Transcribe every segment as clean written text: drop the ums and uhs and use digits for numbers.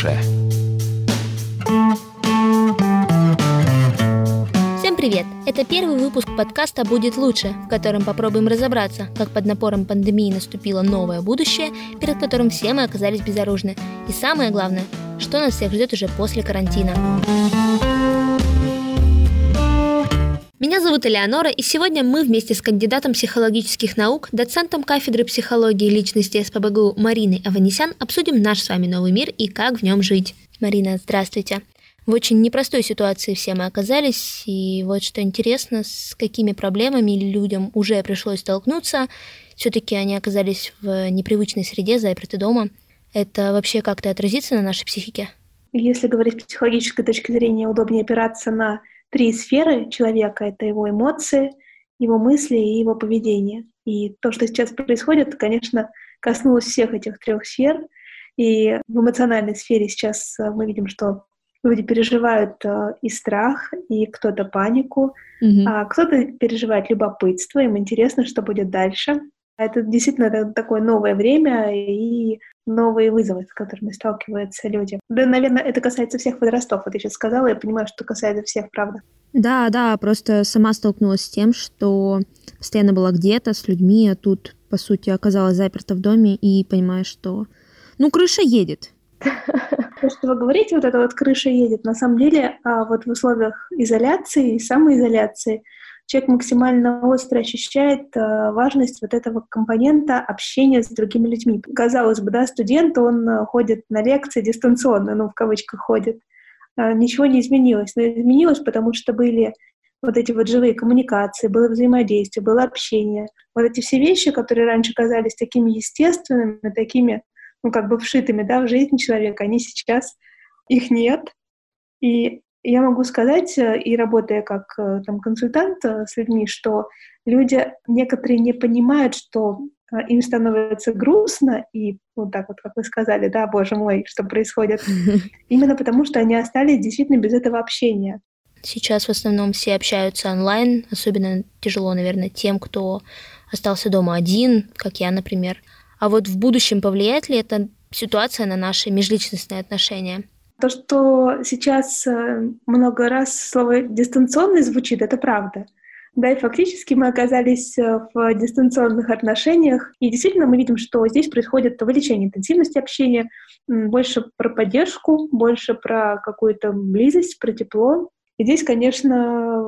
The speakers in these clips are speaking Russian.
лучше». Всем привет! Это первый выпуск подкаста «Будет лучше», в котором попробуем разобраться, как под напором пандемии наступило новое будущее, перед которым все мы оказались безоружны. И самое главное, что нас всех ждет уже после карантина. Меня зовут Элеонора, и сегодня мы вместе с кандидатом психологических наук, доцентом кафедры психологии личности СПбГУ Мариной Аванесян обсудим наш с вами новый мир и как в нем жить. Марина, здравствуйте! В очень непростой ситуации все мы оказались, и вот что интересно, с какими проблемами людям уже пришлось столкнуться. Все-таки они оказались в непривычной среде, заперты дома. Это вообще как-то отразится на нашей психике? Если говорить с психологической точки зрения, удобнее опираться на 3 сферы человека. Это его эмоции, его мысли и его поведение. И то, что сейчас происходит, конечно, коснулось всех этих 3 сфер. И в эмоциональной сфере сейчас мы видим, что люди переживают и страх, и кто-то панику, а кто-то переживает любопытство, им интересно, что будет дальше. Это действительно такое новое время и новые вызовы, с которыми сталкиваются люди. Да, наверное, это касается всех возрастов. Вот я сейчас сказала, я понимаю, что касается всех, правда. Да, просто сама столкнулась с тем, что постоянно была где-то с людьми, а тут, по сути, оказалась заперта в доме и понимаешь, что, крыша едет. То, что вы говорите, вот эта вот крыша едет, на самом деле, вот в условиях изоляции и самоизоляции человек максимально остро ощущает важность вот этого компонента общения с другими людьми. Казалось бы, да, студент, он ходит на лекции дистанционно, в кавычках ходит. Ничего не изменилось. Но изменилось, потому что были вот эти вот живые коммуникации, было взаимодействие, было общение. Вот эти все вещи, которые раньше казались такими естественными, такими, вшитыми, в жизнь человека, они сейчас, их нет. И я могу сказать, и работая как консультант с людьми, что люди некоторые не понимают, что им становится грустно, и вот так вот, как вы сказали, да, боже мой, что происходит, именно потому что они остались действительно без этого общения. Сейчас в основном все общаются онлайн, особенно тяжело, наверное, тем, кто остался дома один, как я, например. А вот в будущем повлияет ли эта ситуация на наши межличностные отношения? То, что сейчас много раз слово «дистанционный» звучит, это правда. Да, и фактически мы оказались в дистанционных отношениях, и действительно мы видим, что здесь происходит увеличение интенсивности общения, больше про поддержку, больше про какую-то близость, про тепло. И здесь, конечно,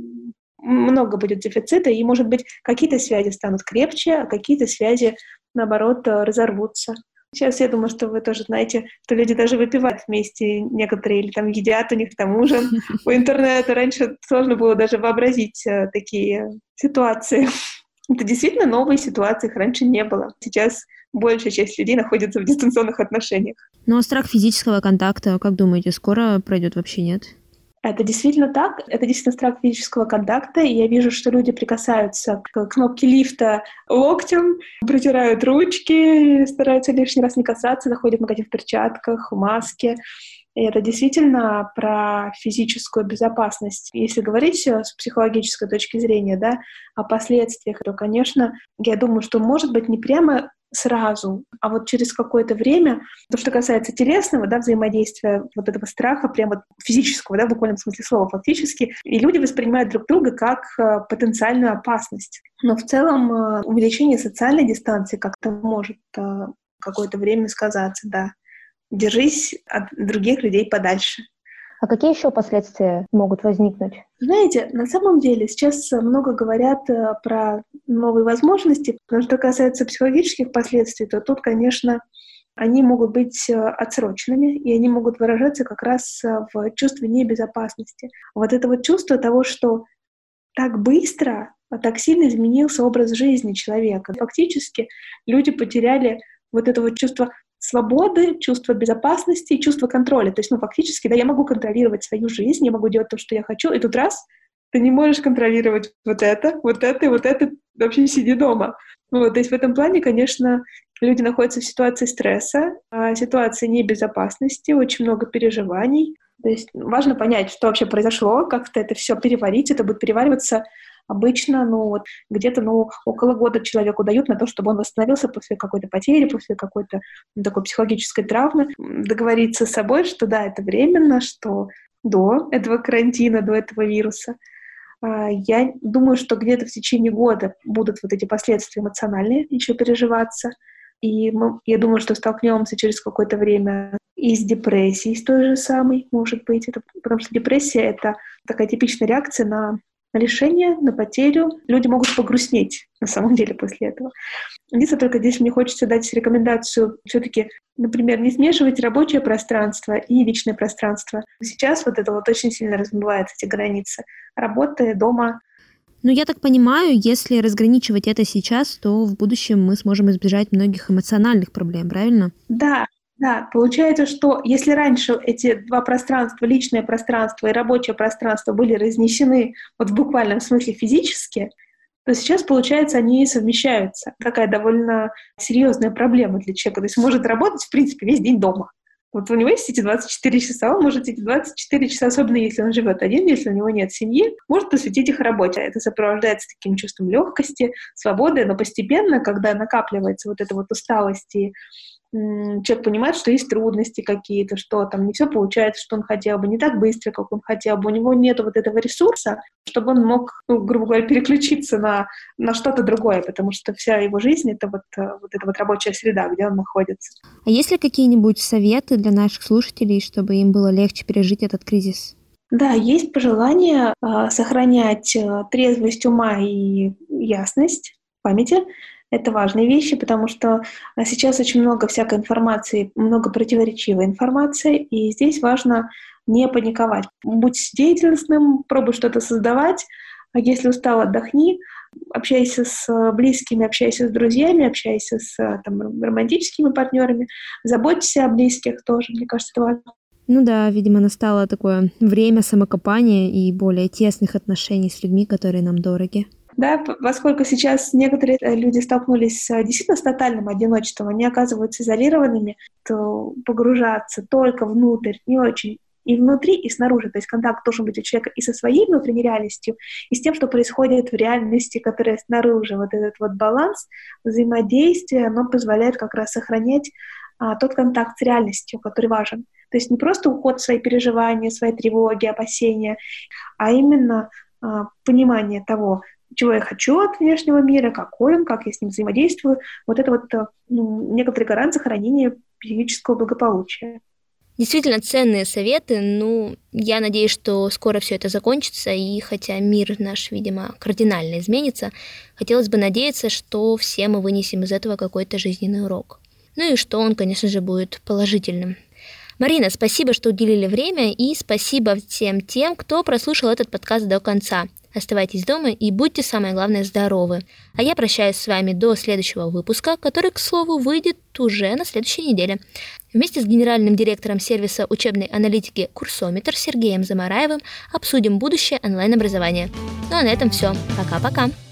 много будет дефицита, и, может быть, какие-то связи станут крепче, а какие-то связи, наоборот, разорвутся. Сейчас я думаю, что вы тоже знаете, что люди даже выпивают вместе некоторые, или едят у них ужин по интернету. Раньше сложно было даже вообразить такие ситуации. Это действительно новые ситуации, их раньше не было. Сейчас большая часть людей находится в дистанционных отношениях. А страх физического контакта, как думаете, скоро пройдет, вообще нет? Это действительно так. Это действительно страх физического контакта. И я вижу, что люди прикасаются к кнопке лифта локтем, протирают ручки, стараются лишний раз не касаться, заходят в магазин в перчатках, в маске. И это действительно про физическую безопасность. Если говорить с психологической точки зрения, о последствиях, то, конечно, я думаю, что, может быть, не прямо сразу, а вот через какое-то время, то, что касается телесного, взаимодействия, вот этого страха, прямо физического, в буквальном смысле слова, фактически, и люди воспринимают друг друга как потенциальную опасность. Но в целом увеличение социальной дистанции как-то может какое-то время сказаться, Держись от других людей подальше. А какие еще последствия могут возникнуть? Знаете, на самом деле сейчас много говорят про новые возможности, но что касается психологических последствий, то тут, конечно, они могут быть отсроченными, и они могут выражаться как раз в чувстве небезопасности. Вот это вот чувство того, что так быстро, так сильно изменился образ жизни человека. Фактически люди потеряли вот это вот чувство свободы, чувство безопасности и чувство контроля. То есть, фактически, я могу контролировать свою жизнь, я могу делать то, что я хочу, и тут раз ты не можешь контролировать вот это, вообще сиди дома. То есть в этом плане, конечно, люди находятся в ситуации стресса, ситуации небезопасности, очень много переживаний. То есть важно понять, что вообще произошло, как-то это все переварить, это будет перевариваться Обычно, где-то, около года человеку дают на то, чтобы он восстановился после какой-то потери, после какой-то такой психологической травмы. Договориться с собой, что да, это временно, что до этого карантина, до этого вируса. Я думаю, что где-то в течение года будут вот эти последствия эмоциональные еще переживаться. И я думаю, что столкнемся через какое-то время и с депрессией, с той же самой, может быть. Потому что депрессия — это такая типичная реакция на лишение, на потерю. Люди могут погрустнеть, на самом деле, после этого. Единственное, только здесь мне хочется дать рекомендацию все-таки, например, не смешивать рабочее пространство и личное пространство. Сейчас вот это очень сильно размывается, эти границы. Работа, дома. Я так понимаю, если разграничивать это сейчас, то в будущем мы сможем избежать многих эмоциональных проблем, правильно? Да, получается, что если раньше эти два пространства, личное пространство и рабочее пространство, были разнесены в буквальном смысле физически, то сейчас, получается, они совмещаются. Такая довольно серьезная проблема для человека. То есть может работать, в принципе, весь день дома. У него есть эти 24 часа, он может эти 24 часа, особенно если он живет один, если у него нет семьи, может посвятить их работе. Это сопровождается таким чувством легкости, свободы, но постепенно, когда накапливается вот эта усталость и человек понимает, что есть трудности какие-то, что там не все получается, что он хотел бы, не так быстро, как он хотел бы, у него нет вот этого ресурса, чтобы он мог, грубо говоря, переключиться на что-то другое, потому что вся его жизнь — это эта рабочая среда, где он находится. А есть ли какие-нибудь советы для наших слушателей, чтобы им было легче пережить этот кризис? Да, есть пожелание сохранять трезвость ума и ясность памяти. Это важные вещи, потому что сейчас очень много всякой информации, много противоречивой информации, и здесь важно не паниковать. Будь деятельным, пробуй что-то создавать, а если устал, отдохни, общайся с близкими, общайся с друзьями, общайся с романтическими партнерами, заботься о близких тоже, мне кажется, это важно. Да, видимо, настало такое время самокопания и более тесных отношений с людьми, которые нам дороги. Да, поскольку сейчас некоторые люди столкнулись действительно с тотальным одиночеством, они оказываются изолированными, то погружаться только внутрь не очень. И внутри, и снаружи. То есть контакт должен быть у человека и со своей внутренней реальностью, и с тем, что происходит в реальности, которая снаружи. Вот этот баланс взаимодействия, оно позволяет как раз сохранять тот контакт с реальностью, который важен. То есть не просто уход в свои переживания, свои тревоги, опасения, а именно понимание того, чего я хочу от внешнего мира, какой он, как я с ним взаимодействую. Вот это некоторый гарант сохранения психического благополучия. Действительно ценные советы. Я надеюсь, что скоро все это закончится, и хотя мир наш, видимо, кардинально изменится, хотелось бы надеяться, что все мы вынесем из этого какой-то жизненный урок. И что он, конечно же, будет положительным. Марина, спасибо, что уделили время, и спасибо всем тем, кто прослушал этот подкаст до конца. Оставайтесь дома и будьте, самое главное, здоровы. А я прощаюсь с вами до следующего выпуска, который, к слову, выйдет уже на следующей неделе. Вместе с генеральным директором сервиса учебной аналитики «Курсометр» Сергеем Замараевым обсудим будущее онлайн-образования. А на этом все. Пока-пока.